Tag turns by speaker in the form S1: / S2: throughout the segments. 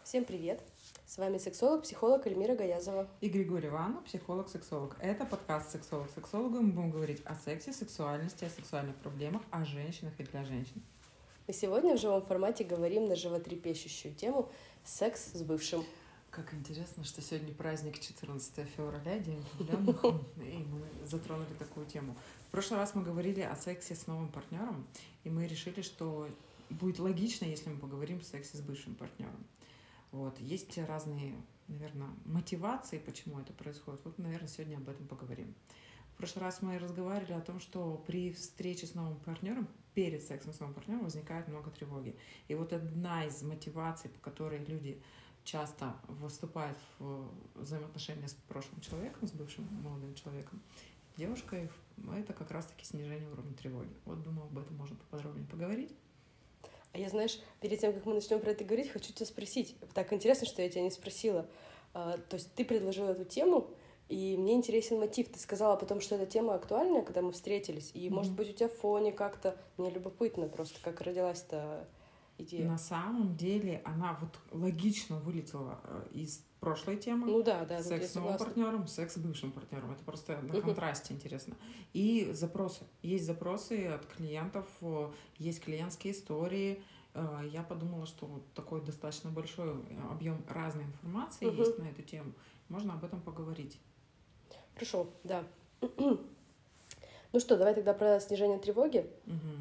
S1: Всем привет! С вами сексолог-психолог Эльмира Гаязова.
S2: И Григорий Иванов, психолог-сексолог. Это подкаст «Сексолог сексологу». Мы будем говорить о сексе, сексуальности, о сексуальных проблемах, о женщинах и для женщин.
S1: И сегодня в живом формате говорим на животрепещущую тему «Секс с бывшим».
S2: Как интересно, что сегодня праздник 14 февраля, День влюбленных, и мы затронули такую тему. В прошлый раз мы говорили о сексе с новым партнером, и мы решили, что будет логично, если мы поговорим о сексе с бывшим партнером. Вот. Есть разные, наверное, мотивации, почему это происходит. Вот, наверное, сегодня об этом поговорим. В прошлый раз мы разговаривали о том, что при встрече с новым партнером, перед сексом с новым партнером возникает много тревоги. И вот одна из мотиваций, по которой люди часто выступают в взаимоотношения с прошлым человеком, с бывшим молодым человеком, девушкой, это как раз-таки снижение уровня тревоги. Вот, думаю, об этом можно поподробнее поговорить.
S1: А я, знаешь, перед тем, как мы начнем про это говорить, хочу тебя спросить. Так интересно, что я тебя не спросила. То есть ты предложила эту тему, и мне интересен мотив. Ты сказала потом, что эта тема актуальная, когда мы встретились. И, может быть, у тебя в фоне как-то... Мне любопытно просто, как родилась-то идея.
S2: На самом деле она вот логично вылетела из прошлой темы.
S1: Ну да,
S2: секс с новым партнером, секс с бывшим партнером. Это просто на контрасте интересно. И запросы. Есть запросы от клиентов, есть клиентские истории. Я подумала, что вот такой достаточно большой объем разной информации есть на эту тему. Можно об этом поговорить.
S1: Хорошо, да. Ну что, давай тогда про снижение тревоги.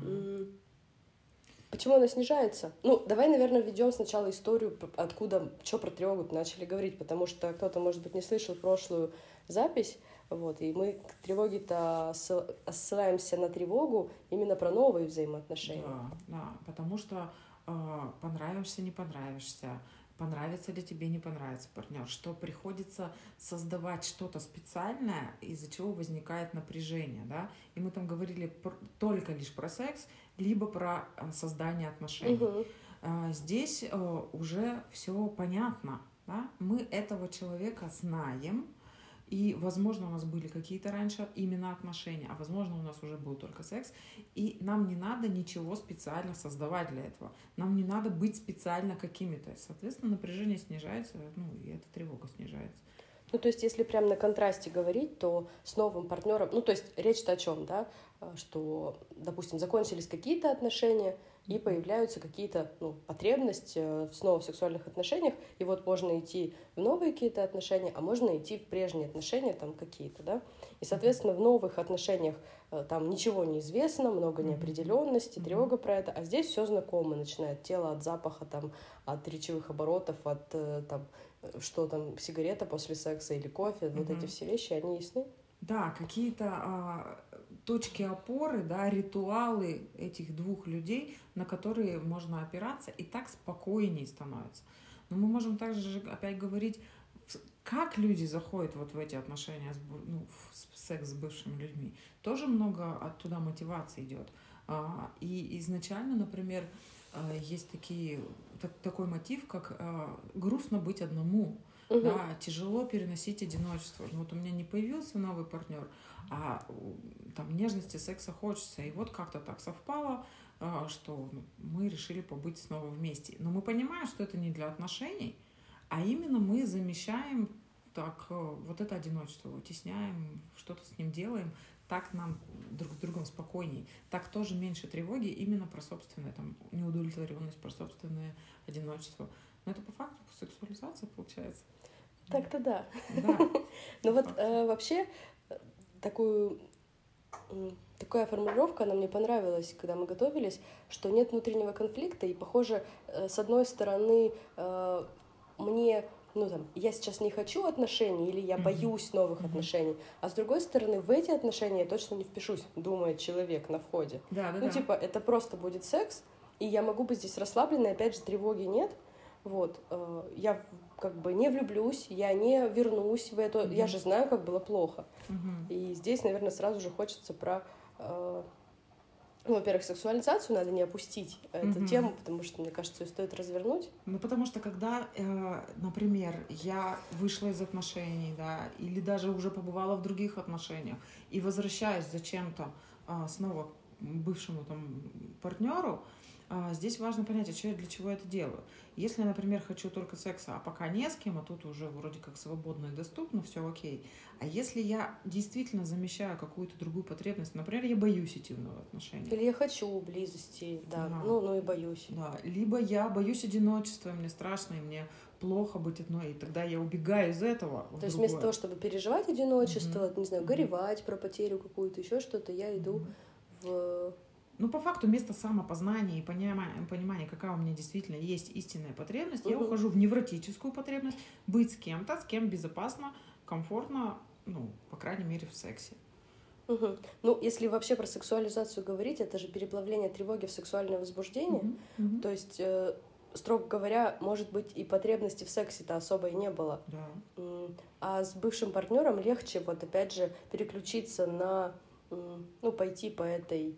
S1: Почему она снижается? Ну, давай, наверное, введем сначала историю, откуда, что про тревогу начали говорить, потому что кто-то, может быть, не слышал прошлую запись, вот, и мы к тревоге-то ссылаемся на тревогу именно про новые взаимоотношения.
S2: Да, потому что понравишься, не понравишься, понравится ли тебе, не понравится партнер, что приходится создавать что-то специальное, из-за чего возникает напряжение, да, и мы там говорили только лишь про секс, либо про создание отношений. Здесь уже все понятно, да, мы этого человека знаем, и, возможно, у нас были какие-то раньше именно отношения, а, возможно, у нас уже был только секс. И нам не надо ничего специально создавать для этого. Нам не надо быть специально какими-то. Соответственно, напряжение снижается, и эта тревога снижается.
S1: Ну, то есть, если прям на контрасте говорить, то с новым партнером... Ну, то есть, речь-то о чем, да? Что, допустим, закончились какие-то отношения, и появляются какие-то потребности снова в сексуальных отношениях, и вот можно идти в новые какие-то отношения, а можно идти в прежние отношения там какие-то, да, и, соответственно, в новых отношениях там ничего не известно, много неопределенности, тревога про это, а здесь все знакомо, начинает тело от запаха, там, от речевых оборотов, от там, что там, сигарета после секса или кофе, вот эти все вещи, они ясны?
S2: Да, какие-то точки опоры, да, ритуалы этих двух людей, на которые можно опираться, и так спокойнее становится. Но мы можем также опять говорить, как люди заходят вот в эти отношения, в секс с бывшими людьми. Тоже много оттуда мотивации идет. И изначально, например, есть такой мотив, как грустно быть одному. Да, тяжело переносить одиночество. Вот у меня не появился новый партнер, а там нежности, секса хочется. И вот как-то так совпало, что мы решили побыть снова вместе. Но мы понимаем, что это не для отношений, а именно мы замещаем так вот это одиночество, вытесняем, что-то с ним делаем, так нам друг с другом спокойней. Так тоже меньше тревоги именно про собственную неудовлетворенность, про собственное одиночество. Но это по факту сексуализация получается.
S1: Так-то да.
S2: Ну
S1: вот вообще такая формулировка, она мне понравилась, когда мы готовились, что нет внутреннего конфликта, и, похоже, с одной стороны, мне, я сейчас не хочу отношений, или я боюсь новых отношений, а с другой стороны, в эти отношения я точно не впишусь, думает человек на входе. Это просто будет секс, и я могу быть здесь расслабленной, опять же, тревоги нет. Вот, я как бы не влюблюсь, я не вернусь в это, я же знаю, как было плохо. И здесь, наверное, сразу же хочется про, во-первых, сексуализацию надо не опустить эту тему, потому что, мне кажется, ее стоит развернуть.
S2: Потому что когда, например, я вышла из отношений, да, или даже уже побывала в других отношениях и возвращаюсь зачем-то снова к бывшему там партнеру, здесь важно понять, для чего я это делаю. Если я, например, хочу только секса, а пока не с кем, а тут уже вроде как свободно и доступно, все окей. А если я действительно замещаю какую-то другую потребность, например, я боюсь интимного отношения.
S1: Или я хочу близости, да. Ну и боюсь.
S2: Да, либо я боюсь одиночества, мне страшно, и мне плохо быть одной, и тогда я убегаю из этого.
S1: То есть вместо того, чтобы переживать одиночество, не знаю, горевать про потерю какую-то, еще что-то, я иду в...
S2: Ну, по факту, вместо самопознания и понимания, какая у меня действительно есть истинная потребность, я ухожу в невротическую потребность быть с кем-то, с кем безопасно, комфортно, ну, по крайней мере, в сексе.
S1: Ну, если вообще про сексуализацию говорить, это же переплавление тревоги в сексуальное возбуждение. То есть, строго говоря, может быть, и потребности в сексе-то особо и не было.
S2: Да.
S1: А с бывшим партнером легче, вот опять же, переключиться на, ну, пойти по этой...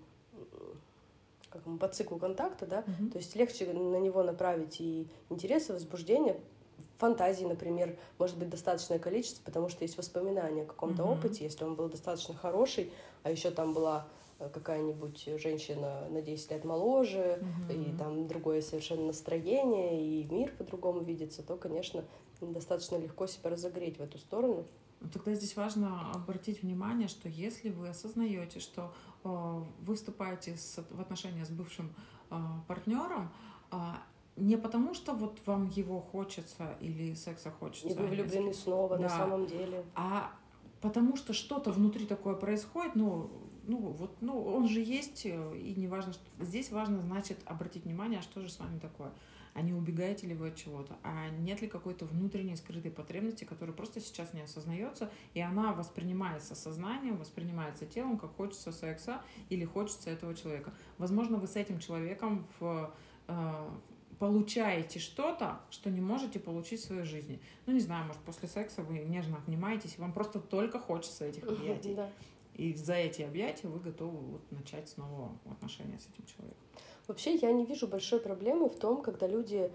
S1: по циклу контакта, да, то есть легче на него направить и интересы, возбуждение, фантазии, например, может быть достаточное количество, потому что есть воспоминания о каком-то опыте, если он был достаточно хороший, а еще там была какая-нибудь женщина на 10 лет моложе, и там другое совершенно настроение, и мир по-другому видится, то, конечно, достаточно легко себя разогреть в эту сторону.
S2: Тогда здесь важно обратить внимание, что если вы осознаете, что вы вступаете в отношения с бывшим партнером, не потому, что вот вам его хочется или секса хочется.
S1: И вы влюблены снова, да, на самом деле.
S2: А потому что что-то внутри такое происходит, он же есть, и не важно, что... Здесь важно, значит, обратить внимание, а что же с вами такое. А не убегаете ли вы от чего-то? А нет ли какой-то внутренней скрытой потребности, которая просто сейчас не осознается, и она воспринимается сознанием, воспринимается телом, как хочется секса или хочется этого человека. Возможно, вы с этим человеком получаете что-то, что не можете получить в своей жизни. Ну, не знаю, может, после секса вы нежно обнимаетесь, и вам просто только хочется этих объятий.
S1: Да.
S2: И за эти объятия вы готовы начать снова отношения с этим человеком.
S1: Вообще, я не вижу большой проблемы в том, когда люди,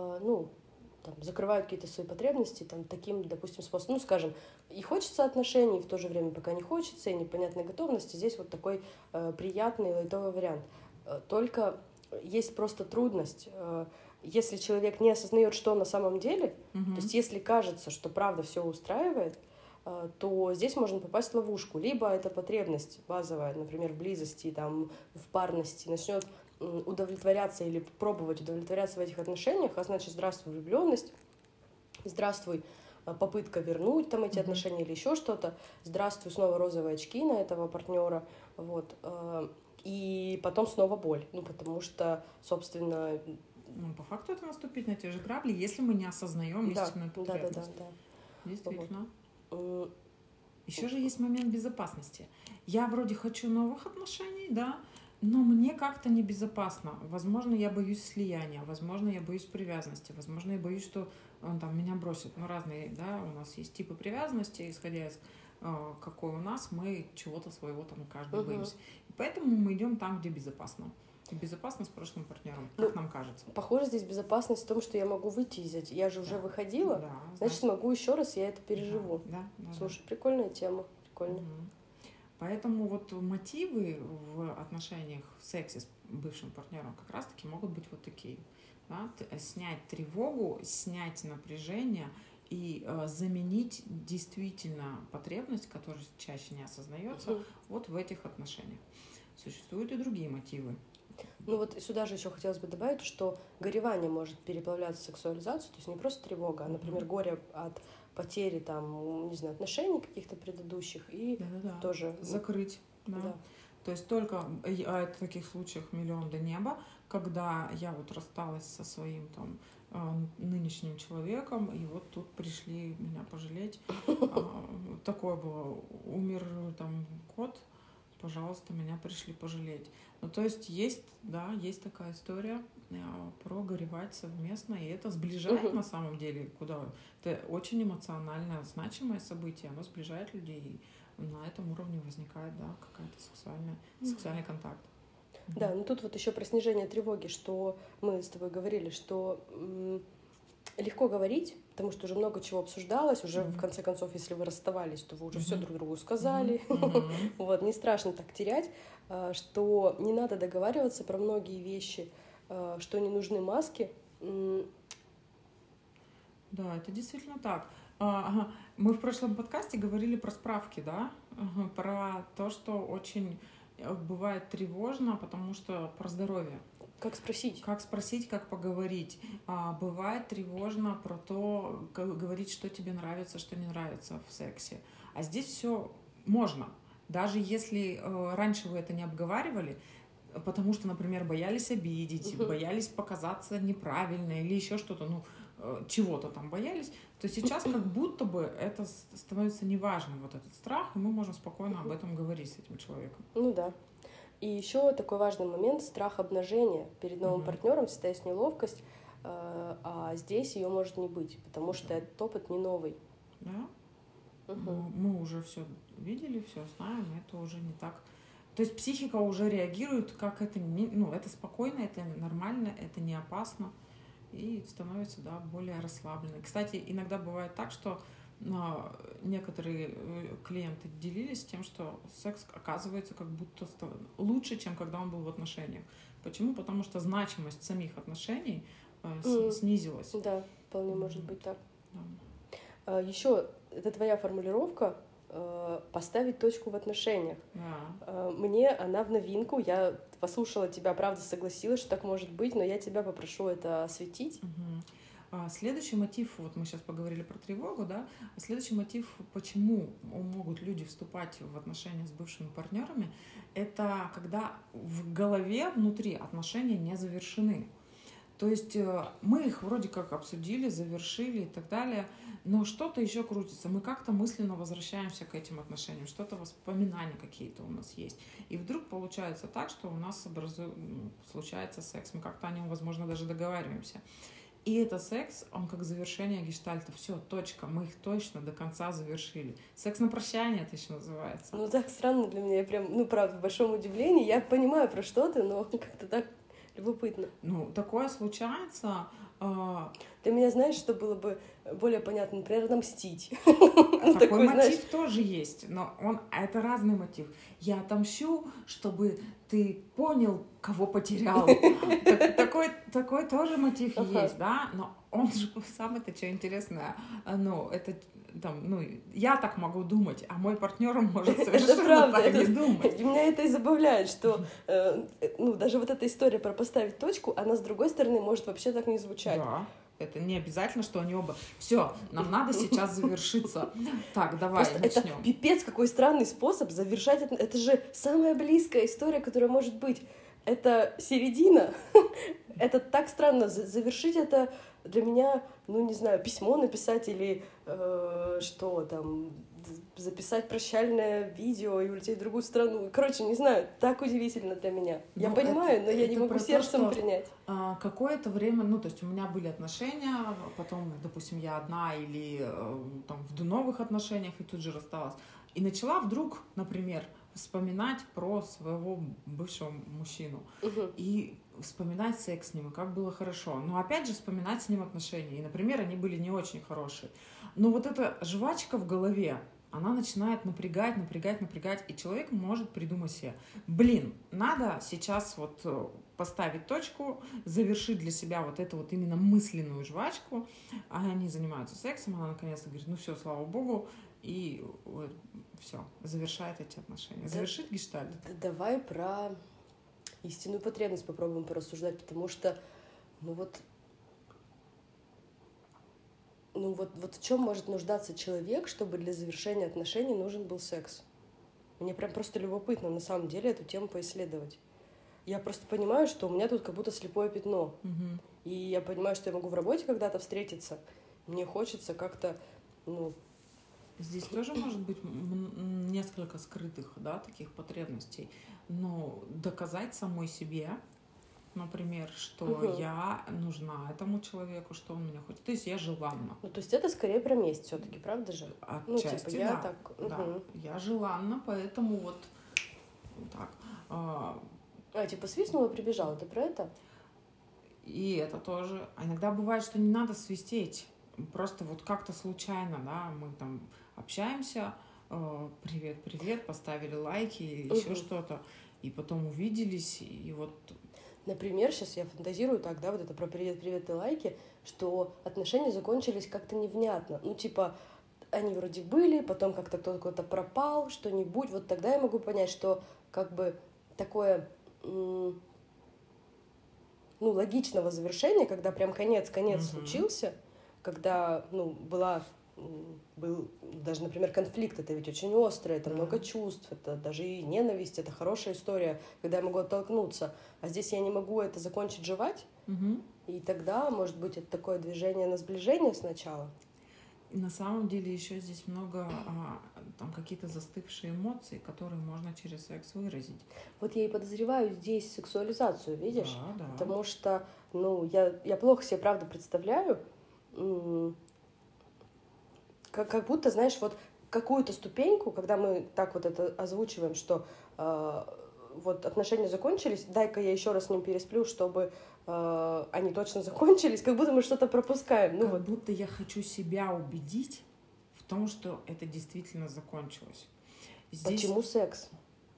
S1: закрывают какие-то свои потребности таким, допустим, способом. Ну, скажем, и хочется отношений, и в то же время пока не хочется, и непонятной готовности. Здесь вот такой приятный лайтовый вариант. Только есть просто трудность. Если человек не осознает, что на самом деле, то есть если кажется, что правда все устраивает, то здесь можно попасть в ловушку. Либо эта потребность базовая, например, в близости, в парности, начнет удовлетворяться или пробовать удовлетворяться в этих отношениях, а значит, здравствуй, влюбленность, здравствуй, попытка вернуть эти отношения или еще что-то, здравствуй, снова розовые очки на этого партнера, вот, и потом снова боль, потому что, собственно...
S2: по факту это наступить на те же грабли, если мы не осознаем истинную потребность.
S1: Да.
S2: Действительно. Еще же есть момент безопасности. Я вроде хочу новых отношений, да, но мне как-то небезопасно. Возможно, я боюсь слияния, возможно, я боюсь привязанности, возможно, я боюсь, что он меня бросит. Разные, да, у нас есть типы привязанности, исходя из какой у нас, мы чего-то своего каждый боимся. И поэтому мы идем там, где безопасно. И безопасно с прошлым партнером, как нам кажется.
S1: Похоже, здесь безопасность в том, что я могу выйти из этих. Я же уже выходила, значит, могу еще раз, я это переживу. Слушай, прикольная тема, прикольно.
S2: Поэтому мотивы в отношениях в сексе с бывшим партнером как раз-таки могут быть такие. Да? Снять тревогу, снять напряжение и заменить действительно потребность, которая чаще не осознается, в этих отношениях. Существуют и другие мотивы.
S1: Сюда же еще хотелось бы добавить, что горевание может переплавляться в сексуализацию, то есть не просто тревога, а, например, горе от потери, отношений каких-то предыдущих, и тоже...
S2: Закрыть, да. То есть только в таких случаях миллион до неба, когда я рассталась со своим нынешним человеком, и тут пришли меня пожалеть. Такое было, умер кот, пожалуйста, меня пришли пожалеть. То есть есть такая история про горевать совместно, и это сближает на самом деле, это очень эмоционально значимое событие, оно сближает людей, и на этом уровне возникает, какая-то сексуальный контакт.
S1: Да, тут еще про снижение тревоги, что мы с тобой говорили, что легко говорить, потому что уже много чего обсуждалось, уже в конце концов, если вы расставались, то вы уже все друг другу сказали, не страшно так терять, что не надо договариваться про многие вещи, что не нужны маски.
S2: Да, это действительно так. Мы в прошлом подкасте говорили про справки, да, про то, что очень бывает тревожно, потому что про здоровье.
S1: Как спросить?
S2: Как спросить, как поговорить. Бывает тревожно про то, как говорить, что тебе нравится, что не нравится в сексе. А здесь все можно. Даже если раньше вы это не обговаривали, потому что, например, боялись обидеть, боялись показаться неправильно или еще что-то, чего-то там боялись, то сейчас как будто бы это становится неважным, вот этот страх, и мы можем спокойно об этом говорить с этим человеком.
S1: Ну да. И еще такой важный момент — страх обнажения. Перед новым партнером всегда есть неловкость, а здесь ее может не быть, потому что этот опыт не новый.
S2: Да? Мы уже все видели, все знаем, это уже не так. То есть психика уже реагирует, как это это спокойно, это нормально, это не опасно, и становится, да, более расслабленной. Кстати, иногда бывает так, что некоторые клиенты делились тем, что секс оказывается как будто лучше, чем когда он был в отношениях. Почему? Потому что значимость самих отношений снизилась.
S1: Да, вполне может быть так.
S2: Да.
S1: Еще это твоя формулировка «поставить точку в отношениях».
S2: Да.
S1: Мне она в новинку. Я послушала тебя, правда, согласилась, что так может быть, но я тебя попрошу это осветить.
S2: Следующий мотив, вот мы сейчас поговорили про тревогу, да, следующий мотив, почему могут люди вступать в отношения с бывшими партнерами, это когда в голове внутри отношения не завершены. То есть мы их вроде как обсудили, завершили и так далее, но что-то еще крутится. Мы как-то мысленно возвращаемся к этим отношениям, что-то воспоминания какие-то у нас есть. И вдруг получается так, что у нас случается секс. Мы как-то о нем, возможно, даже договариваемся. И это секс, он как завершение гештальта. Все, точка, мы их точно до конца завершили. Секс на прощание это еще называется.
S1: Ну так странно для меня, я прям, правда, в большом удивлении. Я понимаю, про что ты, но как-то так любопытно.
S2: Такое случается.
S1: Для меня, знаешь, что было бы более понятно? Например, отомстить.
S2: Такой мотив тоже есть, но это разный мотив. Я отомщу, чтобы ты понял, кого потерял. Такой тоже мотив есть, да, но он же самое-то что интересное, это я так могу думать, а мой партнер может совершенно так не думать.
S1: И меня это и забавляет, что даже вот эта история про поставить точку, она с другой стороны может вообще так не звучать.
S2: Да. Это не обязательно, что они оба... Все, нам надо сейчас завершиться. Так, давай
S1: просто
S2: начнем.
S1: Это пипец какой странный способ завершать. Это же самая близкая история, которая может быть. Это середина. Это так странно. Завершить это для меня, не знаю, письмо написать или что там, записать прощальное видео и улететь в другую страну. Короче, не знаю, так удивительно для меня. Я понимаю, но я не могу сердцем принять.
S2: Какое-то время, то есть у меня были отношения, потом, допустим, я одна или там в новых отношениях и тут же рассталась. И начала вдруг, например, вспоминать про своего бывшего мужчину. И вспоминать секс с ним, как было хорошо. Но опять же вспоминать с ним отношения. И, например, они были не очень хорошие. Но вот эта жвачка в голове, она начинает напрягать, и человек может придумать себе: надо сейчас поставить точку, завершить для себя вот эту именно мысленную жвачку. А они занимаются сексом, она наконец-то говорит: все, слава богу, и все, завершает эти отношения. Завершить гештальт.
S1: Давай про истинную потребность попробуем порассуждать, потому что, в чем может нуждаться человек, чтобы для завершения отношений нужен был секс? Мне прям просто любопытно, на самом деле, эту тему поисследовать. Я просто понимаю, что у меня тут как будто слепое пятно. И я понимаю, что я могу в работе когда-то встретиться. Мне хочется как-то,
S2: Здесь тоже может быть несколько скрытых, таких потребностей. Но доказать самой себе, например, что я нужна этому человеку, что он меня хочет. То есть я желанна.
S1: То есть это скорее про месть все-таки, правда же?
S2: Отчасти,
S1: я
S2: да.
S1: так...
S2: Да. Я желанна, поэтому так.
S1: Свистнула, прибежала. Ты про это?
S2: И это тоже. А иногда бывает, что не надо свистеть. Просто как-то случайно, да, мы там общаемся, привет, поставили лайки или еще что-то, и потом увиделись, и
S1: Например, сейчас я фантазирую так, да, вот это про привет-привет и лайки, что отношения закончились как-то невнятно. Ну, типа, они вроде были, потом как-то кто-то пропал, что-нибудь. Вот тогда я могу понять, что как бы такое, логичного завершения, когда прям конец случился, когда, был даже, например, конфликт, это ведь очень острый, это много чувств, это даже и ненависть, это хорошая история, когда я могу оттолкнуться, а здесь я не могу это закончить жевать, и тогда, может быть, это такое движение на сближение сначала.
S2: И на самом деле еще здесь много там какие-то застывшие эмоции, которые можно через секс выразить. Вот
S1: я и подозреваю здесь сексуализацию, видишь?
S2: Да.
S1: Потому что, я плохо себе, правда, представляю, как будто, знаешь, вот какую-то ступеньку, когда мы так вот это озвучиваем, что вот отношения закончились, дай-ка я еще раз с ним пересплю, чтобы они точно закончились, как будто мы что-то пропускаем.
S2: Как будто я хочу себя убедить в том, что это действительно закончилось.
S1: Почему секс?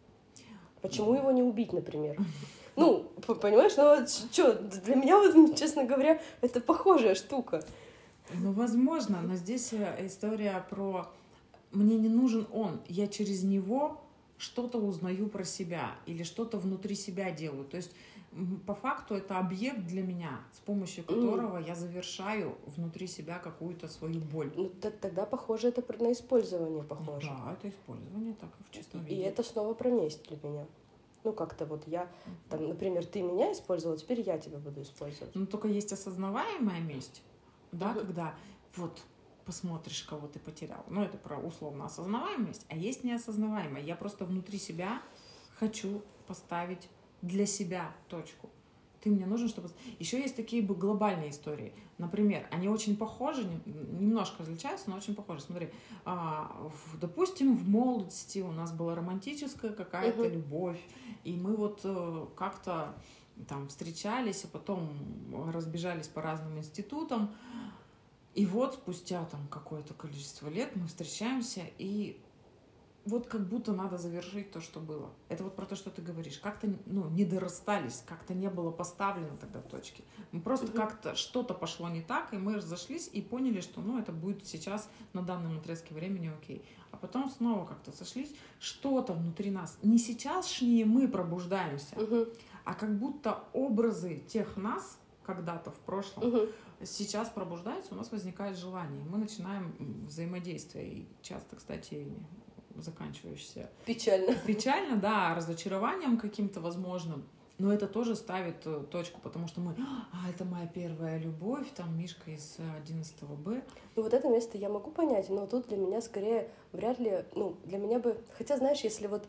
S1: Почему его не убить, например? Понимаешь, что, для меня, честно говоря, это похожая штука.
S2: Возможно, но здесь история про «мне не нужен он, я через него что-то узнаю про себя или что-то внутри себя делаю». То есть по факту это объект для меня, с помощью которого я завершаю внутри себя какую-то свою боль.
S1: Тогда, похоже, это на использование похоже.
S2: Да, это использование, так и в чистом виде.
S1: И это снова про месть для меня. Как-то вот я, например, ты меня использовала, теперь я тебя буду использовать.
S2: Только есть осознаваемая месть, да, когда вот посмотришь, кого ты потерял. Это про условно осознаваемость, а есть неосознаваемая. Я просто внутри себя хочу поставить для себя точку. Ты мне нужен, чтобы... Еще есть такие глобальные истории. Например, они очень похожи, немножко различаются, но очень похожи. Смотри, допустим, в молодости у нас была романтическая какая-то любовь, и мы вот как-то там встречались, а потом разбежались по разным институтам. И вот спустя там какое-то количество лет мы встречаемся, и вот как будто надо завершить то, что было. Это вот про то, что ты говоришь. Как-то не дорастались, как-то не было поставлено тогда точки. Мы просто как-то что-то пошло не так, и мы разошлись и поняли, что это будет сейчас на данном отрезке времени окей. А потом снова как-то сошлись, что-то внутри нас. Не сейчасшние мы пробуждаемся, а как будто образы тех нас когда-то в прошлом сейчас пробуждаются, у нас возникает желание. Мы начинаем взаимодействие. И часто, кстати, заканчивающийся печально, да, разочарованием каким-то возможным, но это тоже ставит точку, потому что это моя первая любовь, там Мишка из 11 Б.
S1: Вот это место я могу понять, но тут для меня скорее вряд ли, для меня бы, хотя, знаешь, если вот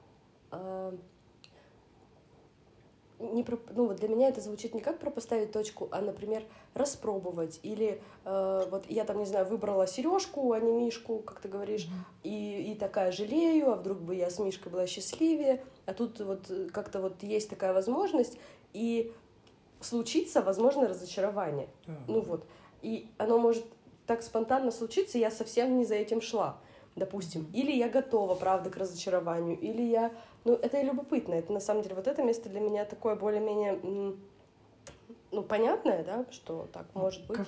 S1: для меня это звучит не как про поставить точку, а, например, распробовать. Или вот я там, не знаю, выбрала сережку, а не Мишку, как ты говоришь, и такая жалею, а вдруг бы я с Мишкой была счастливее. А тут вот как-то вот есть такая возможность, и случится, возможно, разочарование. И оно может так спонтанно случиться, я совсем не за этим шла, допустим. Или я готова, правда, к разочарованию, или я... это и любопытно. Это, на самом деле, вот это место для меня такое более-менее, понятное, да, что так может быть.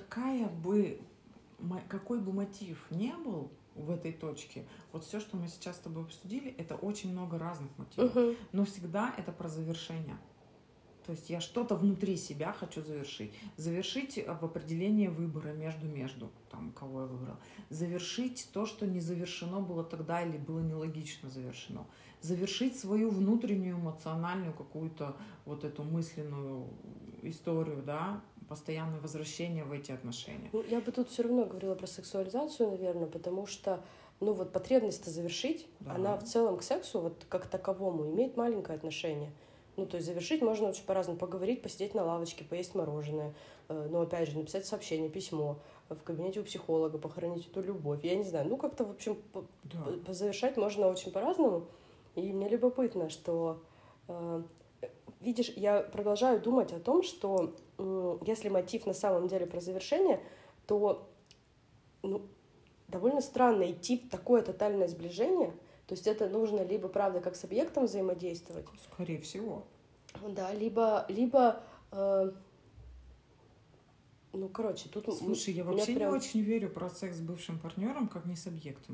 S2: Какой бы мотив ни был в этой точке, вот все, что мы сейчас с тобой обсудили, это очень много разных мотивов. Но всегда это про завершение. То есть я что-то внутри себя хочу завершить. Завершить в определении выбора между, там, кого я выбрал. Завершить то, что не завершено было тогда или было нелогично завершено. Завершить свою внутреннюю эмоциональную какую-то вот эту мысленную историю, да, постоянное возвращение в эти отношения.
S1: Я бы тут все равно говорила про сексуализацию, наверное, потому что потребность-то завершить, она в целом к сексу вот как таковому имеет маленькое отношение. То есть завершить можно очень по-разному. Поговорить, посидеть на лавочке, поесть мороженое. Опять же, написать сообщение, письмо. В кабинете у психолога похоронить эту любовь. Я не знаю. Как-то, в общем, завершать можно очень по-разному. И мне любопытно, что... видишь, я продолжаю думать о том, что если мотив на самом деле про завершение, то довольно странно идти в такое тотальное сближение. То есть это нужно либо, правда, как с объектом взаимодействовать.
S2: Скорее всего.
S1: Да, либо ну, короче, тут...
S2: Слушай, я вообще не очень верю про секс с бывшим партнером как не с объектом.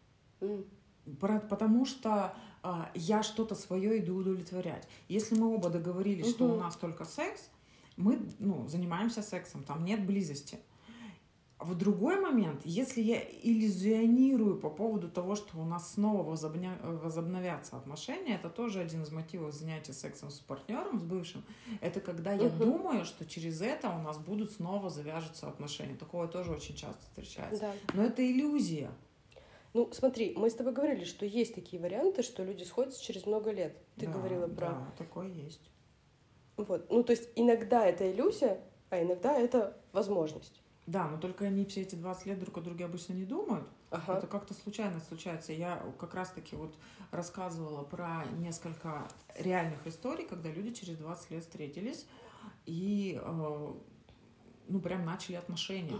S2: Потому что я что-то свое иду удовлетворять. Если мы оба договорились, что у нас только секс, мы занимаемся сексом, там нет близости. В другой момент, если я иллюзионирую по поводу того, что у нас снова возобновятся отношения, это тоже один из мотивов занятия сексом с партнером, с бывшим. Это когда я думаю, что через это у нас будут снова завяжутся отношения. Такое тоже очень часто встречается.
S1: Да.
S2: Но это иллюзия.
S1: Ну, смотри, мы с тобой говорили, что есть такие варианты, что люди сходятся через много лет. Ты говорила про...
S2: Да, такое есть.
S1: Вот. Ну, то есть иногда это иллюзия, а иногда это возможность.
S2: Да, но только они все эти 20 лет друг о друге обычно не думают.
S1: Ага.
S2: Это как-то случайно случается. Я как раз-таки вот рассказывала про несколько реальных историй, когда люди через 20 лет встретились и прям начали отношения.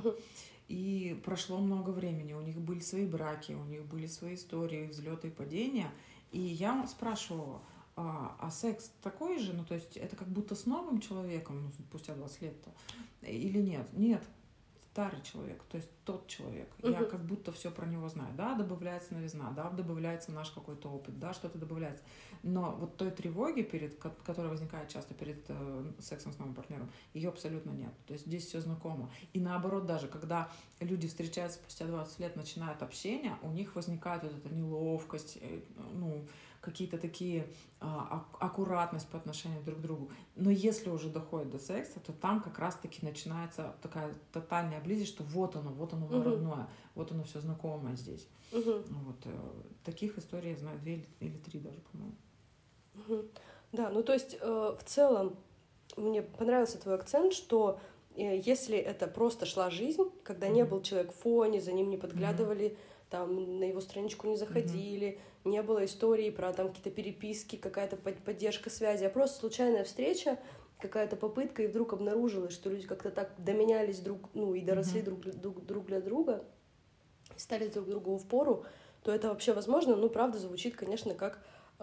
S2: И прошло много времени, у них были свои браки, у них были свои истории, взлеты и падения. И я спрашивала, а секс такой же? Ну, то есть это как будто с новым человеком, спустя 20 лет-то, или нет? Нет. Старый человек, то есть тот человек. Я как будто все про него знаю. Да, добавляется новизна, да, добавляется наш какой-то опыт, да, что-то добавляется. Но вот той тревоги, которая возникает часто перед сексом с новым партнером, ее абсолютно нет. То есть здесь все знакомо. И наоборот, даже когда люди встречаются спустя 20 лет, начинают общение, у них возникает вот эта неловкость, какие-то такие аккуратность по отношению друг к другу. Но если уже доходит до секса, то там как раз-таки начинается такая тотальная близость, что вот оно мое родное, вот оно все знакомое здесь. Вот, таких историй я знаю 2 или 3 даже, по-моему.
S1: Да, ну то есть в целом мне понравился твой акцент, что если это просто шла жизнь, когда не был человек в фоне, за ним не подглядывали, там на его страничку не заходили, не было истории про там какие-то переписки, какая-то поддержка связи, а просто случайная встреча, какая-то попытка, и вдруг обнаружилось, что люди как-то так доменялись и доросли друг для друга, стали друг другу в пору, то это вообще возможно. Ну, правда, звучит, конечно, как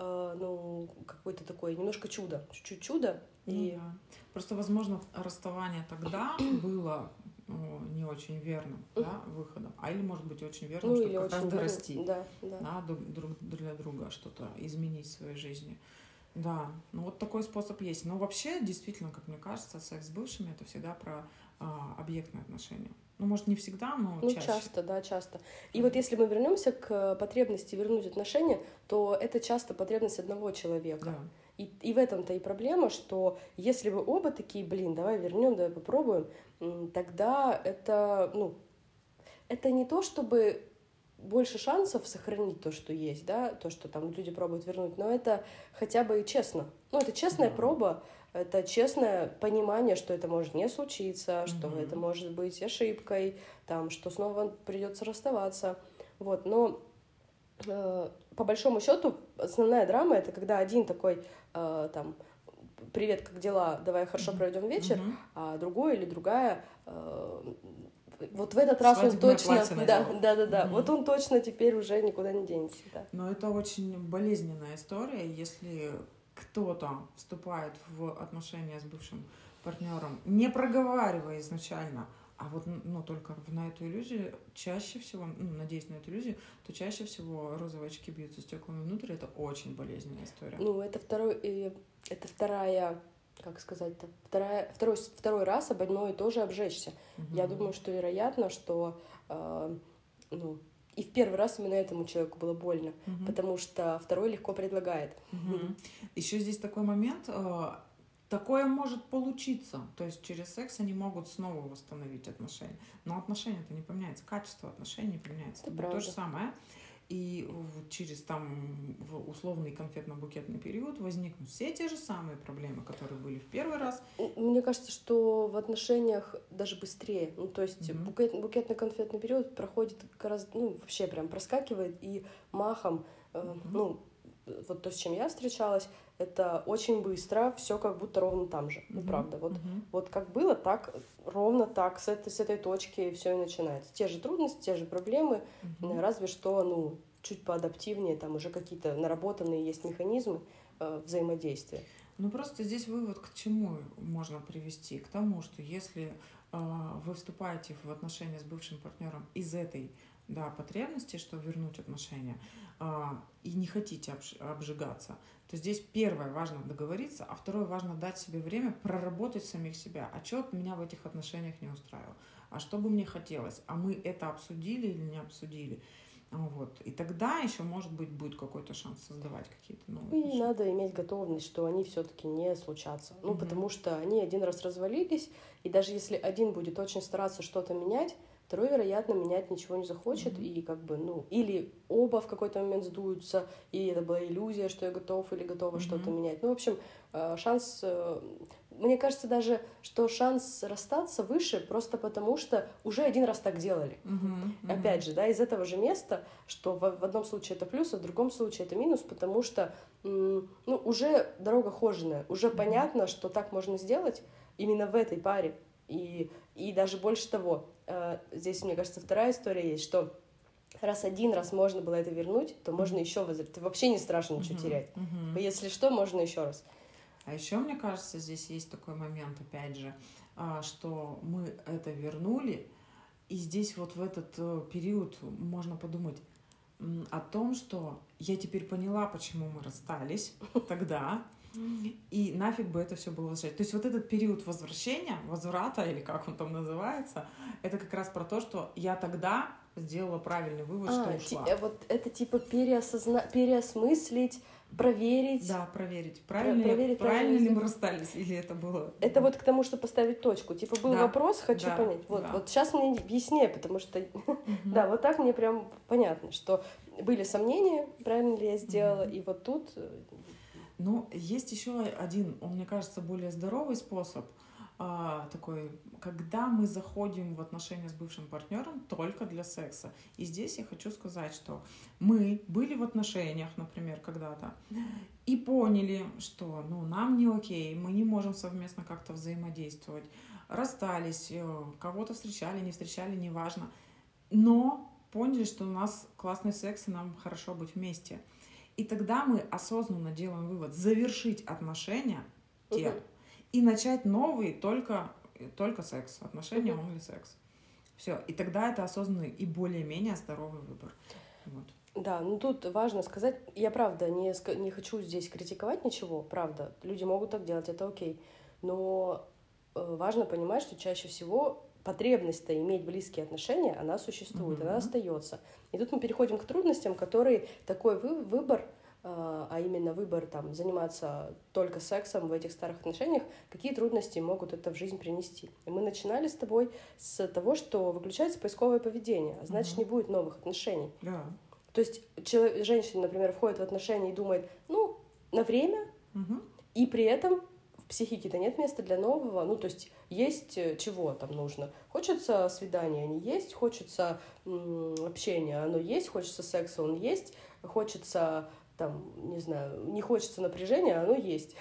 S1: какое-то такое немножко чудо, чуть-чуть чудо.
S2: Да. Просто, возможно, расставание тогда было не очень верным выходом, или, может быть, очень верным, чтобы как раз дорасти друг для друга, что-то изменить в своей жизни. Да, вот такой способ есть. Но вообще, действительно, как мне кажется, секс с бывшими — это всегда про объектные отношения. Может, не всегда, но чаще.
S1: Часто. И вот если мы вернемся к потребности вернуть отношения, то это часто потребность одного человека.
S2: Да.
S1: И в этом-то и проблема, что если вы оба такие, давай вернем, давай попробуем, тогда это не то, чтобы больше шансов сохранить то, что есть, да, то, что там люди пробуют вернуть, но это хотя бы и честно. Это честная проба, это честное понимание, что это может не случиться, что это может быть ошибкой, там, что снова придется расставаться. Вот, но по большому счету основная драма — это когда один такой привет, как дела, давай хорошо проведем вечер, а другой или другая вот в этот раз он точно, вот он точно теперь уже никуда не денется. Да.
S2: Но это очень болезненная история, если кто-то вступает в отношения с бывшим партнером, не проговаривая изначально, а вот только на эту иллюзию, чаще всего, надеюсь на эту иллюзию, то чаще всего розовые очки бьются стеклами внутрь, это очень болезненная история.
S1: Это вторая, как сказать-то, второй раз об одно и то же обжечься. Я думаю, что вероятно, что и в первый раз именно этому человеку было больно, потому что второй легко предлагает.
S2: Еще здесь такой момент. Такое может получиться. То есть через секс они могут снова восстановить отношения. Но отношения-то не поменяются. Качество отношений не поменяется. Это то же самое. И через в условный конфетно-букетный период возникнут все те же самые проблемы, которые были в первый раз.
S1: Мне кажется, что в отношениях даже быстрее. То есть букетно-конфетный период проходит гораздо, вообще прям проскакивает и махом. Вот то, с чем я встречалась, это очень быстро, все как будто ровно там же. Правда. Вот как было, так, ровно так, с этой точки все и начинается. Те же трудности, те же проблемы, разве что, чуть поадаптивнее, там уже какие-то наработанные есть механизмы взаимодействия.
S2: Ну, просто здесь вывод к чему можно привести? К тому, что если вы вступаете в отношения с бывшим партнером из этой, да, потребности, что вернуть отношения, и не хотите обжигаться, то здесь первое, важно договориться, а второе, важно дать себе время проработать самих себя. А что меня в этих отношениях не устраивало? А что бы мне хотелось? А мы это обсудили или не обсудили? Вот. И тогда еще, может быть, будет какой-то шанс создавать какие-то новые
S1: И
S2: отношения.
S1: надо иметь готовность, что они все-таки не случатся. Ну, потому что они один раз развалились, и даже если один будет очень стараться что-то менять, второй, вероятно, менять ничего не захочет, и как бы, ну, или оба в какой-то момент сдуются, и это была иллюзия, что я готов или готова что-то менять. Ну, в общем, шанс... Мне кажется даже, что шанс расстаться выше просто потому, что уже один раз так делали. Опять же, да, из этого же места, что в одном случае это плюс, а в другом случае это минус, потому что ну, уже дорога хоженая, уже понятно, что так можно сделать именно в этой паре. И даже больше того, здесь, мне кажется, вторая история есть, что раз один раз можно было это вернуть, то можно еще возвращать. Вообще не страшно ничего терять. Если что, можно еще раз.
S2: А еще, мне кажется, здесь есть такой момент, опять же, что мы это вернули, и здесь вот в этот период можно подумать о том, что я теперь поняла, почему мы расстались тогда, и нафиг бы это все было возвращать. То есть вот этот период возвращения, возврата, или как он там называется, это как раз про то, что я тогда сделала правильный вывод, что ушла.
S1: Вот это типа переосмыслить, проверить.
S2: Да, проверить, правильно ли мы расстались, или это было...
S1: Это вот к тому, что поставить точку. Типа был вопрос, хочу понять. Вот сейчас мне яснее, потому что... Да, вот так мне прям понятно, что были сомнения, правильно ли я сделала, и вот тут...
S2: Ну, есть еще один, он, мне кажется, более здоровый способ, такой, когда мы заходим в отношения с бывшим партнером только для секса. И здесь я хочу сказать, что мы были в отношениях, например, когда-то, и поняли, что нам не окей, мы не можем совместно как-то взаимодействовать, расстались, кого-то встречали, не встречали, неважно, но поняли, что у нас классный секс, и нам хорошо быть вместе. И тогда мы осознанно делаем вывод завершить отношения и начать новые только секс, отношения only секс. Все. И тогда это осознанный и более-менее здоровый выбор. Вот.
S1: Да, тут важно сказать, я правда не хочу здесь критиковать ничего, правда, люди могут так делать, это окей, но важно понимать, что чаще всего потребность-то иметь близкие отношения, она существует, она остается. И тут мы переходим к трудностям, которые такой выбор, а именно выбор заниматься только сексом в этих старых отношениях, какие трудности могут это в жизнь принести. И мы начинали с тобой с того, что выключается поисковое поведение, а значит, не будет новых отношений.
S2: Да.
S1: То есть женщина, например, входит в отношения и думает, на время, и при этом в психике-то нет места для нового, то есть есть чего там нужно. Хочется свидания, они есть, хочется общения, оно есть, хочется секса, он есть, хочется не знаю, не хочется напряжения, оно есть.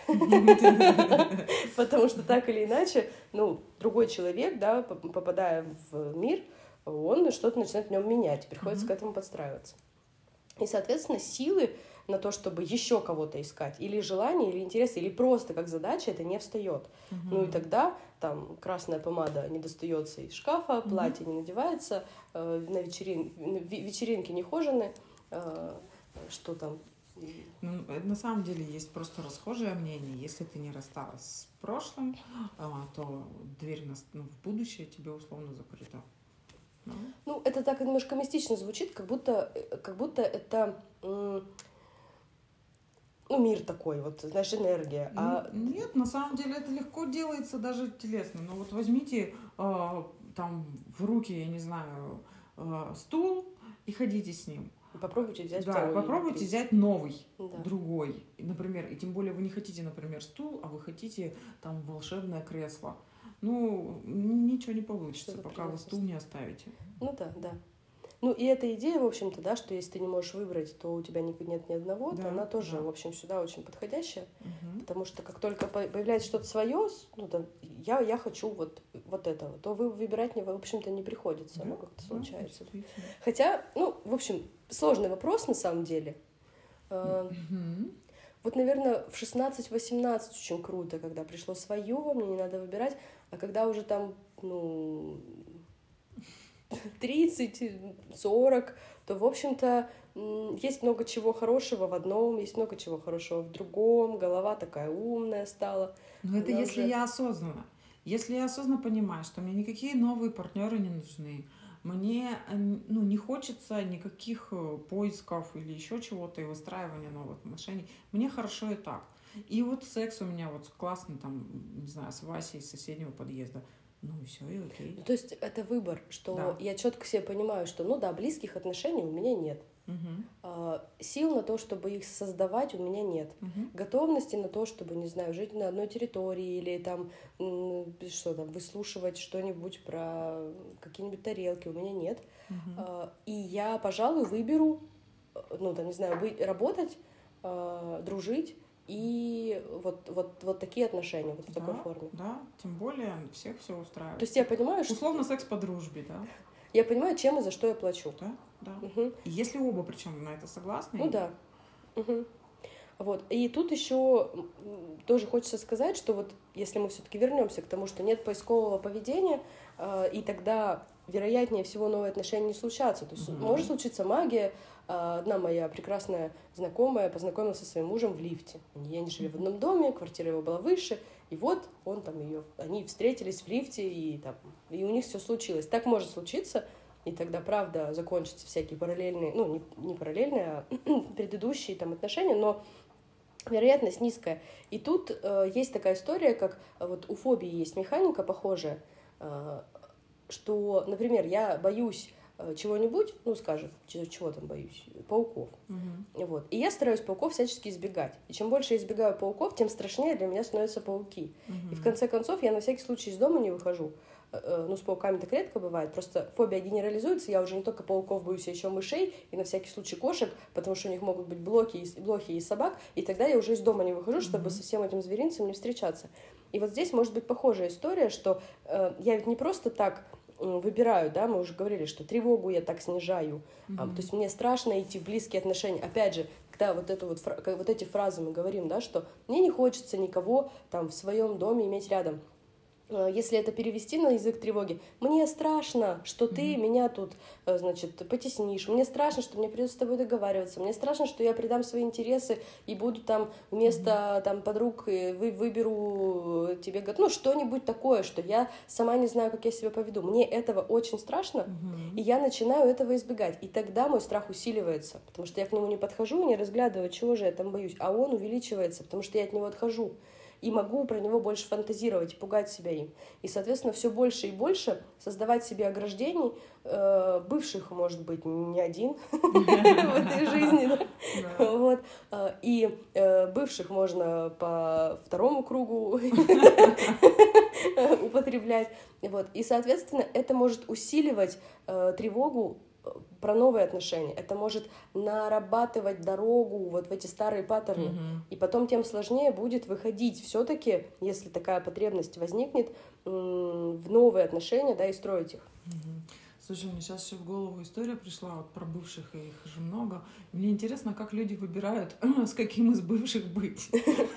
S1: Потому что так или иначе, другой человек, да, попадая в мир, он что-то начинает в нем менять, приходится к этому подстраиваться. И, соответственно, силы на то, чтобы еще кого-то искать, или желание, или интерес, или просто как задача, это не встает. И тогда красная помада не достается из шкафа, платье не надевается, на вечеринки не хожены, что там.
S2: На самом деле есть просто расхожее мнение. Если ты не рассталась с прошлым, то дверь в будущее тебе условно закрыта.
S1: Это так немножко мистично звучит, как будто это мир такой, вот, знаешь, энергия.
S2: Нет, на самом деле это легко делается даже телесно. Вот возьмите в руки, я не знаю, стул и ходите с ним.
S1: Попробуйте взять
S2: попробуйте взять новый, другой. Например, и тем более вы не хотите, например, стул, а вы хотите волшебное кресло. Ничего не получится, пока вы стул не оставите.
S1: Да. И эта идея, в общем-то, да, что если ты не можешь выбрать, то у тебя нет ни одного, то она тоже, в общем, сюда очень подходящая. Потому что как только появляется что-то свое, я хочу вот этого, то выбирать, в общем-то, не приходится, оно как-то случается. Хотя, в общем, сложный вопрос на самом деле. Вот, наверное, в 16-18 очень круто, когда пришло свое, мне не надо выбирать, а когда уже там, 30-40, то, в общем-то, есть много чего хорошего в одном, есть много чего хорошего в другом, голова такая умная стала.
S2: Но это если я осознанно. Если я осознанно понимаю, что мне никакие новые партнеры не нужны, мне не хочется никаких поисков или еще чего-то и выстраивания новых отношений, мне хорошо и так. И вот секс у меня вот классный, там, не знаю, с Васей из соседнего подъезда. Ну и все, и окей.
S1: То есть это выбор, что я четко себе понимаю, что, близких отношений у меня нет. Сил на то, чтобы их создавать, у меня нет. Готовности на то, чтобы, не знаю, жить на одной территории или там, выслушивать что-нибудь про какие-нибудь тарелки, у меня нет. И я, пожалуй, выберу, работать, дружить, и вот такие отношения, вот в такой форме.
S2: Да, тем более всех все устраивает.
S1: То есть я понимаю, что...
S2: Условно секс по дружбе, да.
S1: Я понимаю, чем и за что я плачу.
S2: Да. Если оба причем на это согласны.
S1: Да. Вот. И тут еще тоже хочется сказать, что вот если мы все-таки вернемся к тому, что нет поискового поведения, и тогда вероятнее всего новые отношения не случатся. То есть может случиться магия. Одна моя прекрасная знакомая познакомилась со своим мужем в лифте. Они жили в одном доме, квартира его была выше, и вот он там они встретились в лифте, и у них все случилось. Так может случиться, и тогда, правда, закончатся всякие параллельные, не параллельные, а предыдущие там отношения, но вероятность низкая. И тут есть такая история, как вот у фобии есть механика похожая, что, например, я боюсь чего-нибудь, скажем, чего там боюсь, пауков. Вот. И я стараюсь пауков всячески избегать. И чем больше я избегаю пауков, тем страшнее для меня становятся пауки. И в конце концов я на всякий случай из дома не выхожу. С пауками так редко бывает. Просто фобия генерализуется. Я уже не только пауков боюсь, а еще мышей. И на всякий случай кошек, потому что у них могут быть блохи и собак. И тогда я уже из дома не выхожу, чтобы со всем этим зверинцем не встречаться. И вот здесь может быть похожая история, что я ведь не просто так выбираю, да, мы уже говорили, что тревогу я так снижаю, то есть мне страшно идти в близкие отношения. Опять же, когда вот эти фразы мы говорим, да, что мне не хочется никого там в своем доме иметь рядом. Если это перевести на язык тревоги, мне страшно, что ты меня тут, потеснишь, мне страшно, что мне придется с тобой договариваться, мне страшно, что я предам свои интересы и буду там вместо подруг выберу тебе что-нибудь такое, что я сама не знаю, как я себя поведу. Мне этого очень страшно, и я начинаю этого избегать. И тогда мой страх усиливается, потому что я к нему не подхожу, не разглядываю, чего же я там боюсь, а он увеличивается, потому что я от него отхожу. И могу про него больше фантазировать, пугать себя им. И, соответственно, все больше и больше создавать себе ограждений, бывших, может быть, не один в этой жизни. Вот. И бывших можно по второму кругу употреблять. Вот. И, соответственно, это может усиливать тревогу про новые отношения. Это может нарабатывать дорогу вот в эти старые паттерны. И потом тем сложнее будет выходить все-таки, если такая потребность возникнет, в новые отношения, да, и строить их.
S2: Слушай, мне сейчас еще в голову история пришла вот про бывших, и их же много. Мне интересно, как люди выбирают, с каким из бывших быть.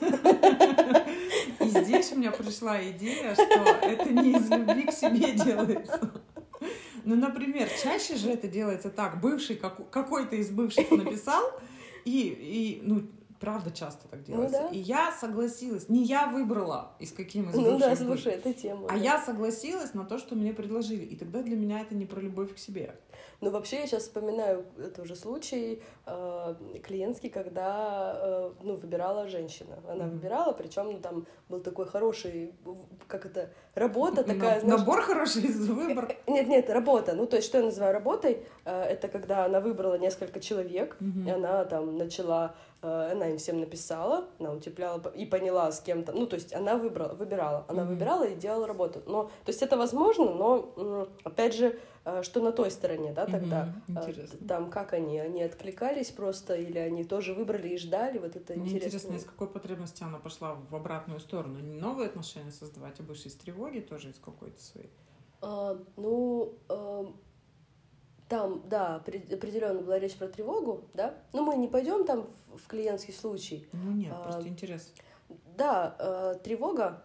S2: И здесь у меня пришла идея, что это не из любви к себе делается. Например, чаще же это делается так. Бывший, какой-то из бывших написал, и правда часто так делается. И я согласилась. Не я выбрала, из каким из бывших
S1: слушай, это тема.
S2: Я согласилась на то, что мне предложили. И тогда для меня это не про любовь к себе.
S1: Вообще я сейчас вспоминаю тоже случай клиентский, когда выбирала женщина. Она выбирала, причем там был такой хороший, работа такая, знаешь...
S2: Набор хороший, выбор.
S1: Нет, работа. То есть, что я называю работой, это когда она выбрала несколько человек, и она там начала... Она им всем написала, она утепляла и поняла с кем-то. То есть она выбирала. Она выбирала и делала работу. То есть это возможно, но опять же, что на той стороне, да, тогда. Там как они откликались просто, или они тоже выбрали и ждали, вот это
S2: Мне
S1: интересно.
S2: Интересно, из какой потребности она пошла в обратную сторону? Не новые отношения создавать, а больше из тревоги тоже из какой-то своей?
S1: там, да, определенно была речь про тревогу, да, но мы не пойдем там в клиентский случай.
S2: Ну нет, просто интерес.
S1: Да, тревога,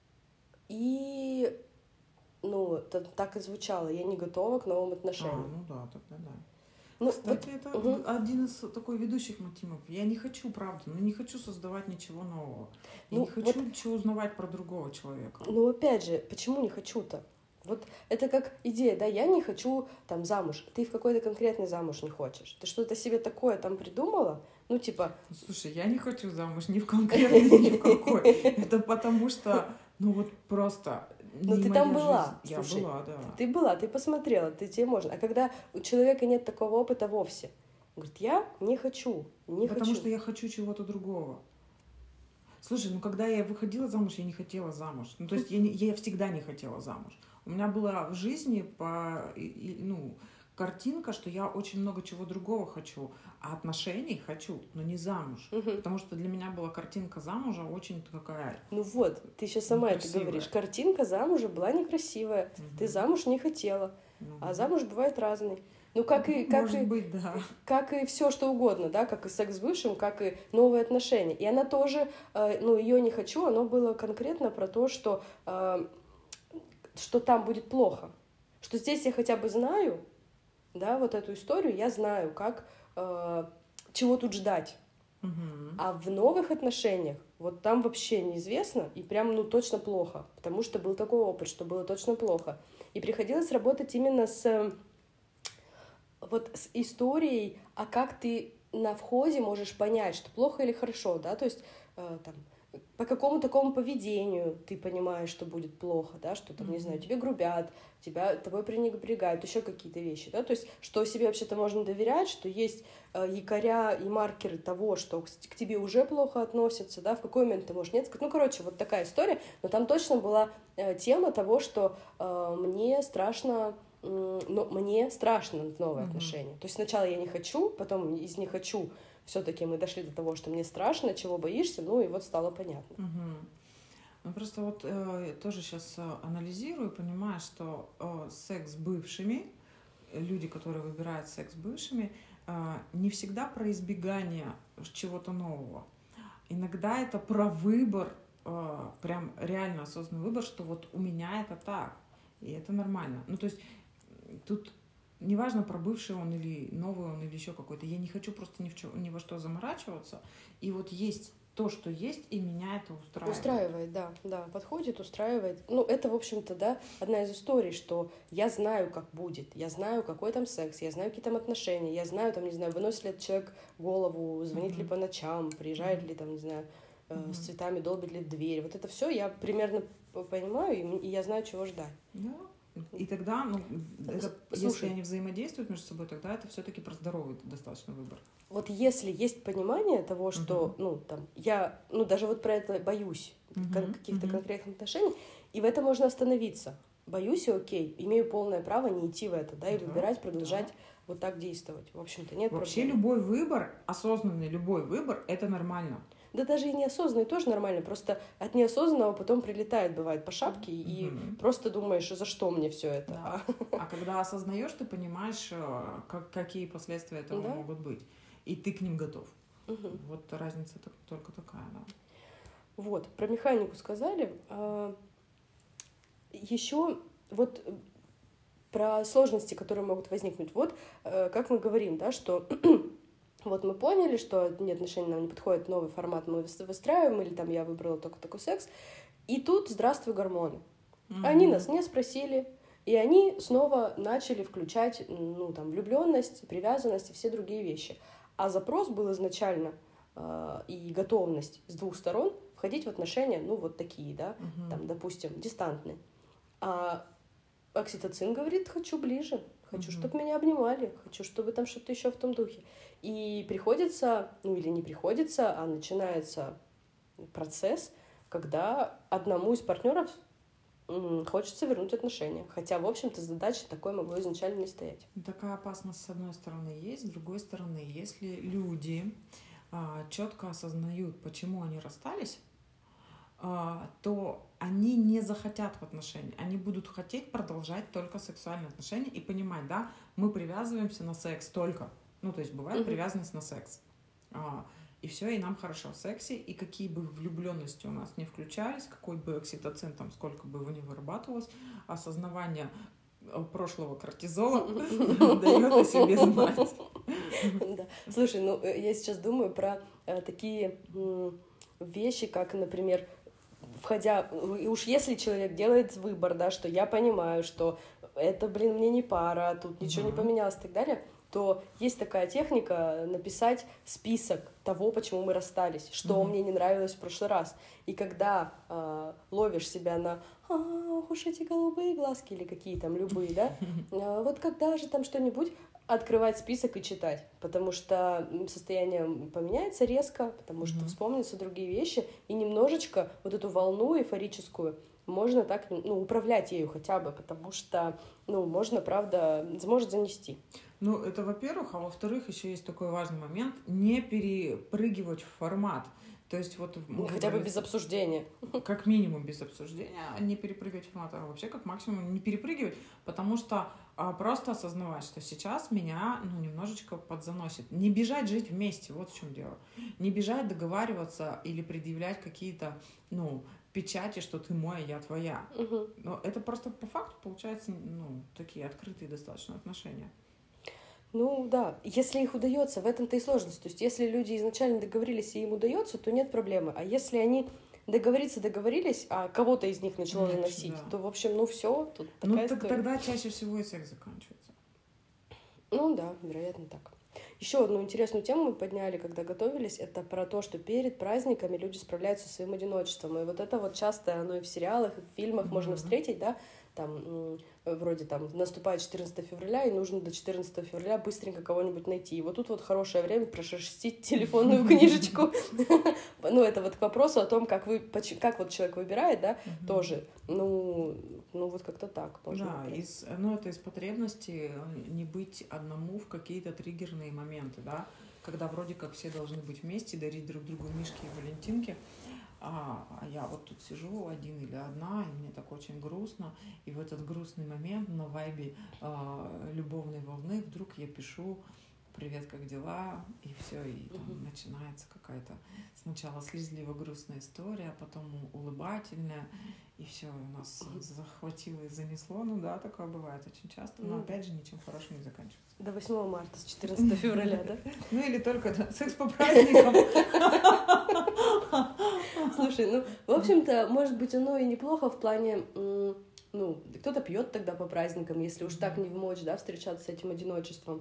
S1: и, ну, так и звучало, я не готова к новым отношениям.
S2: Ну да, тогда да.
S1: Ну,
S2: Кстати, это один из такой ведущих мотивов. Я не хочу, правда, но не хочу создавать ничего нового. Я не хочу ничего узнавать про другого человека.
S1: Ну, опять же, почему не хочу-то? Вот это как идея, да, я не хочу там замуж. Ты в какой-то конкретный замуж не хочешь. Ты что-то себе такое там придумала? Ну, типа...
S2: Слушай, я не хочу замуж ни в конкретный, ни в какой. Это потому что, ну вот просто...
S1: Ну, ты там была.
S2: Я была, да.
S1: Ты была, ты посмотрела, тебе можно. А когда у человека нет такого опыта вовсе, он говорит, я не хочу,
S2: Потому что я хочу чего-то другого. Слушай, ну когда я выходила замуж, я не хотела замуж. Ну, то есть я всегда не хотела замуж. У меня была в жизни картинка, что я очень много чего другого хочу, а отношений хочу, но не замуж. Потому что для меня была картинка замужа очень такая...
S1: Ну вот, ты сейчас сама это говоришь. Картинка замужа была некрасивая. Ты замуж не хотела. А замуж бывает разный. Ну, как и все, что угодно, да, как и секс с бывшим, как и новые отношения. И она тоже, ее не хочу, оно было конкретно про то, что там будет плохо. Что здесь я хотя бы знаю, да, вот эту историю, я знаю, чего тут ждать. А в новых отношениях, вот там вообще неизвестно, и прям, точно плохо, потому что был такой опыт, что было точно плохо. И приходилось работать именно с историей, а как ты на входе можешь понять, что плохо или хорошо, да, то есть по какому такому поведению ты понимаешь, что будет плохо, да, что там, не знаю, тебе грубят, тобой пренебрегают, еще какие-то вещи, да, то есть что себе вообще-то можно доверять, что есть якоря и маркеры того, что к тебе уже плохо относятся, да, в какой момент ты можешь нет сказать, вот такая история, но там точно была тема того, что мне страшно в новые отношения. То есть сначала я не хочу, потом из «не хочу» все-таки мы дошли до того, что мне страшно, чего боишься, и вот стало понятно.
S2: Ну, просто вот тоже сейчас анализирую, понимаю, что секс с бывшими, люди, которые выбирают секс с бывшими, не всегда про избегание чего-то нового. Иногда это про выбор, прям реально осознанный выбор, что вот у меня это так, и это нормально. Ну, то есть тут неважно, про бывший он или новый он или еще какой-то. Я не хочу просто ни во что заморачиваться. И вот есть то, что есть, и меня это устраивает.
S1: Устраивает, да, подходит, устраивает. Это, в общем-то, да, одна из историй, что я знаю, как будет, я знаю, какой там секс, я знаю, какие там отношения, я знаю, там, не знаю, выносит ли этот человек голову, звонит ли по ночам, приезжает ли, там, не знаю, с цветами, долбит ли в дверь. Вот это все я примерно понимаю, и я знаю, чего ждать.
S2: Да. И тогда, если они взаимодействуют между собой, тогда это все-таки про здоровый достаточно выбор.
S1: Вот если есть понимание того, что, я, даже вот про это боюсь, каких-то конкретных отношений, и в этом можно остановиться. Боюсь, и окей, имею полное право не идти в это, да, и выбирать, продолжать вот так действовать. В общем-то, нет проблем.
S2: Вообще любой выбор, осознанный любой выбор, это нормально.
S1: Да даже и неосознанный тоже нормально, просто от неосознанного потом прилетает, бывает, по шапке, и просто думаешь, за что мне все это.
S2: Да. А когда осознаешь, ты понимаешь, какие последствия этого могут быть, и ты к ним готов. Вот разница только такая, да.
S1: Вот, про механику сказали. Еще вот про сложности, которые могут возникнуть. Вот, как мы говорим, да, что... Вот мы поняли, что отношения нам не подходят, новый формат мы выстраиваем, или там я выбрала только такой секс. И тут здравствуй гормоны. Они нас не спросили, и они снова начали включать, влюбленность, привязанность и все другие вещи. А запрос был изначально и готовность с двух сторон входить в отношения, вот такие, да, там, допустим, дистантные. А окситоцин говорит, хочу ближе. Хочу, чтобы меня обнимали, хочу, чтобы там что-то еще в том духе. И приходится, или не приходится, а начинается процесс, когда одному из партнеров хочется вернуть отношения. Хотя, в общем-то, задача такой могло изначально не стоять.
S2: Такая опасность, с одной стороны, есть. С другой стороны, если люди четко осознают, почему они расстались, то они не захотят в отношения. Они будут хотеть продолжать только сексуальные отношения и понимать, да, мы привязываемся на секс только. Ну, то есть бывает привязанность на секс. И все, и нам хорошо в сексе, и какие бы влюбленности у нас не включались, какой бы окситоцин там, сколько бы его ни вырабатывалось, осознавание прошлого кортизола дает о себе знать.
S1: Слушай, ну я сейчас думаю про такие вещи, как, например, входя, уж если человек делает выбор, да, что я понимаю, что это, мне не пара, тут ничего не поменялось и так далее, то есть такая техника написать список того, почему мы расстались, что мне не нравилось в прошлый раз. И когда ловишь себя на «Ох уж эти голубые глазки» или какие там любые, да, вот когда же там что-нибудь, открывать список и читать, потому что состояние поменяется резко, потому что вспомнятся другие вещи, и немножечко вот эту волну эйфорическую можно так, управлять ею хотя бы, потому что, можно, правда, может занести.
S2: Ну, это во-первых, а во-вторых, еще есть такой важный момент, не перепрыгивать в формат. То есть вот...
S1: Хотя бы без обсуждения.
S2: Как минимум без обсуждения, не перепрыгивать в формат, а вообще как максимум не перепрыгивать, потому что просто осознавать, что сейчас меня немножечко подзаносит. Не бежать жить вместе, вот в чем дело. Не бежать договариваться или предъявлять какие-то, печати, что ты мой, а я твоя. Но это просто по факту получается, такие открытые достаточно отношения.
S1: Ну да, если их удается, в этом-то и сложность. То есть если люди изначально договорились и им удается, то нет проблемы. А если они договорились, а кого-то из них начало выносить, то, в общем, все, тут такая история.
S2: Тогда чаще всего и секс заканчивается.
S1: Ну да, вероятно так. Еще одну интересную тему мы подняли, когда готовились, это про то, что перед праздниками люди справляются со своим одиночеством. И вот это вот часто оно и в сериалах, и в фильмах можно встретить, да, там, вроде там наступает 14 февраля, и нужно до 14 февраля быстренько кого-нибудь найти. И вот тут вот хорошее время прошерстить телефонную книжечку. Ну, это вот к вопросу о том, как вот человек выбирает, да, тоже. Вот как-то так.
S2: Да, это из потребности не быть одному в какие-то триггерные моменты, да, когда вроде как все должны быть вместе, дарить друг другу мишки и валентинки, а я вот тут сижу один или одна, и мне так очень грустно, и в этот грустный момент на вайбе любовной волны вдруг я пишу «Привет, как дела?» и все, и там начинается какая-то сначала слезливо грустная история, а потом улыбательная, и все, у нас захватило и занесло. Ну да, такое бывает очень часто, но опять же ничем хорошим не заканчивается.
S1: До 8 марта, с 14 февраля, да?
S2: Ну или только секс по праздникам.
S1: Слушай, в общем-то, может быть, оно и неплохо в плане, кто-то пьет тогда по праздникам, если уж так не вмочь, да, встречаться с этим одиночеством.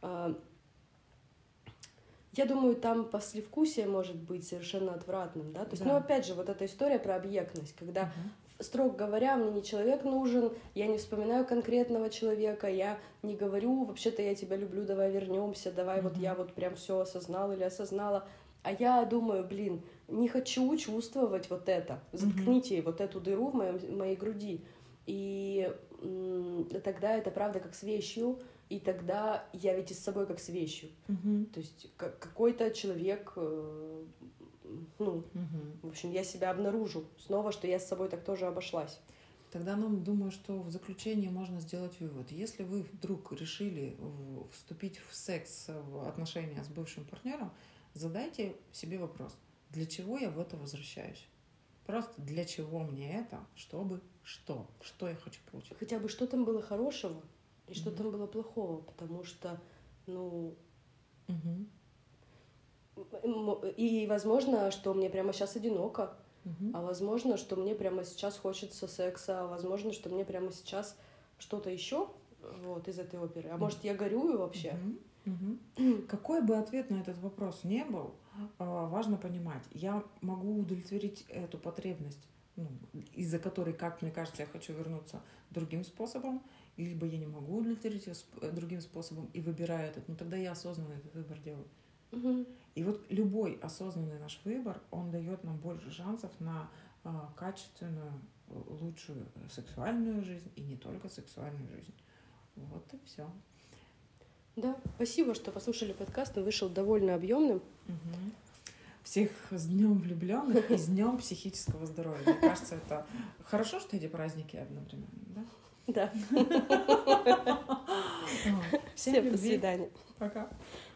S1: Я думаю, там послевкусие может быть совершенно отвратным, да, то есть, опять же, вот эта история про объектность, когда, строго говоря, мне не человек нужен, я не вспоминаю конкретного человека, я не говорю, вообще-то я тебя люблю, давай вернемся, давай вот я вот прям все осознал или осознала, а я думаю, не хочу чувствовать вот это, заткните вот эту дыру в моей груди, и тогда это правда как с вещью. И тогда я ведь и с собой как с вещью. То есть какой-то человек, в общем, я себя обнаружу снова, что я с собой так тоже обошлась.
S2: Тогда, думаю, что в заключение можно сделать вывод. Если вы вдруг решили вступить в секс, в отношения с бывшим партнером, задайте себе вопрос, для чего я в это возвращаюсь? Просто для чего мне это, чтобы что? Что я хочу получить?
S1: Хотя бы что там было хорошего? И что там было плохого, потому что, и возможно, что мне прямо сейчас одиноко, а возможно, что мне прямо сейчас хочется секса, а возможно, что мне прямо сейчас что-то еще вот из этой оперы, а может, я горюю вообще.
S2: Какой бы ответ на этот вопрос не был, важно понимать, я могу удовлетворить эту потребность, из-за которой, как мне кажется, я хочу вернуться другим способом, либо я не могу удовлетворить ее другим способом и выбираю этот, тогда я осознанно этот выбор делаю. И вот любой осознанный наш выбор, он дает нам больше шансов на качественную, лучшую сексуальную жизнь и не только сексуальную жизнь. Вот и все.
S1: Да, спасибо, что послушали подкаст, он вышел довольно объемным.
S2: всех с Днем влюбленных и с Днем психического здоровья. Мне кажется, это хорошо, что эти праздники одновременно, да?
S1: Да.
S2: Всем
S1: До свидания.
S2: Пока.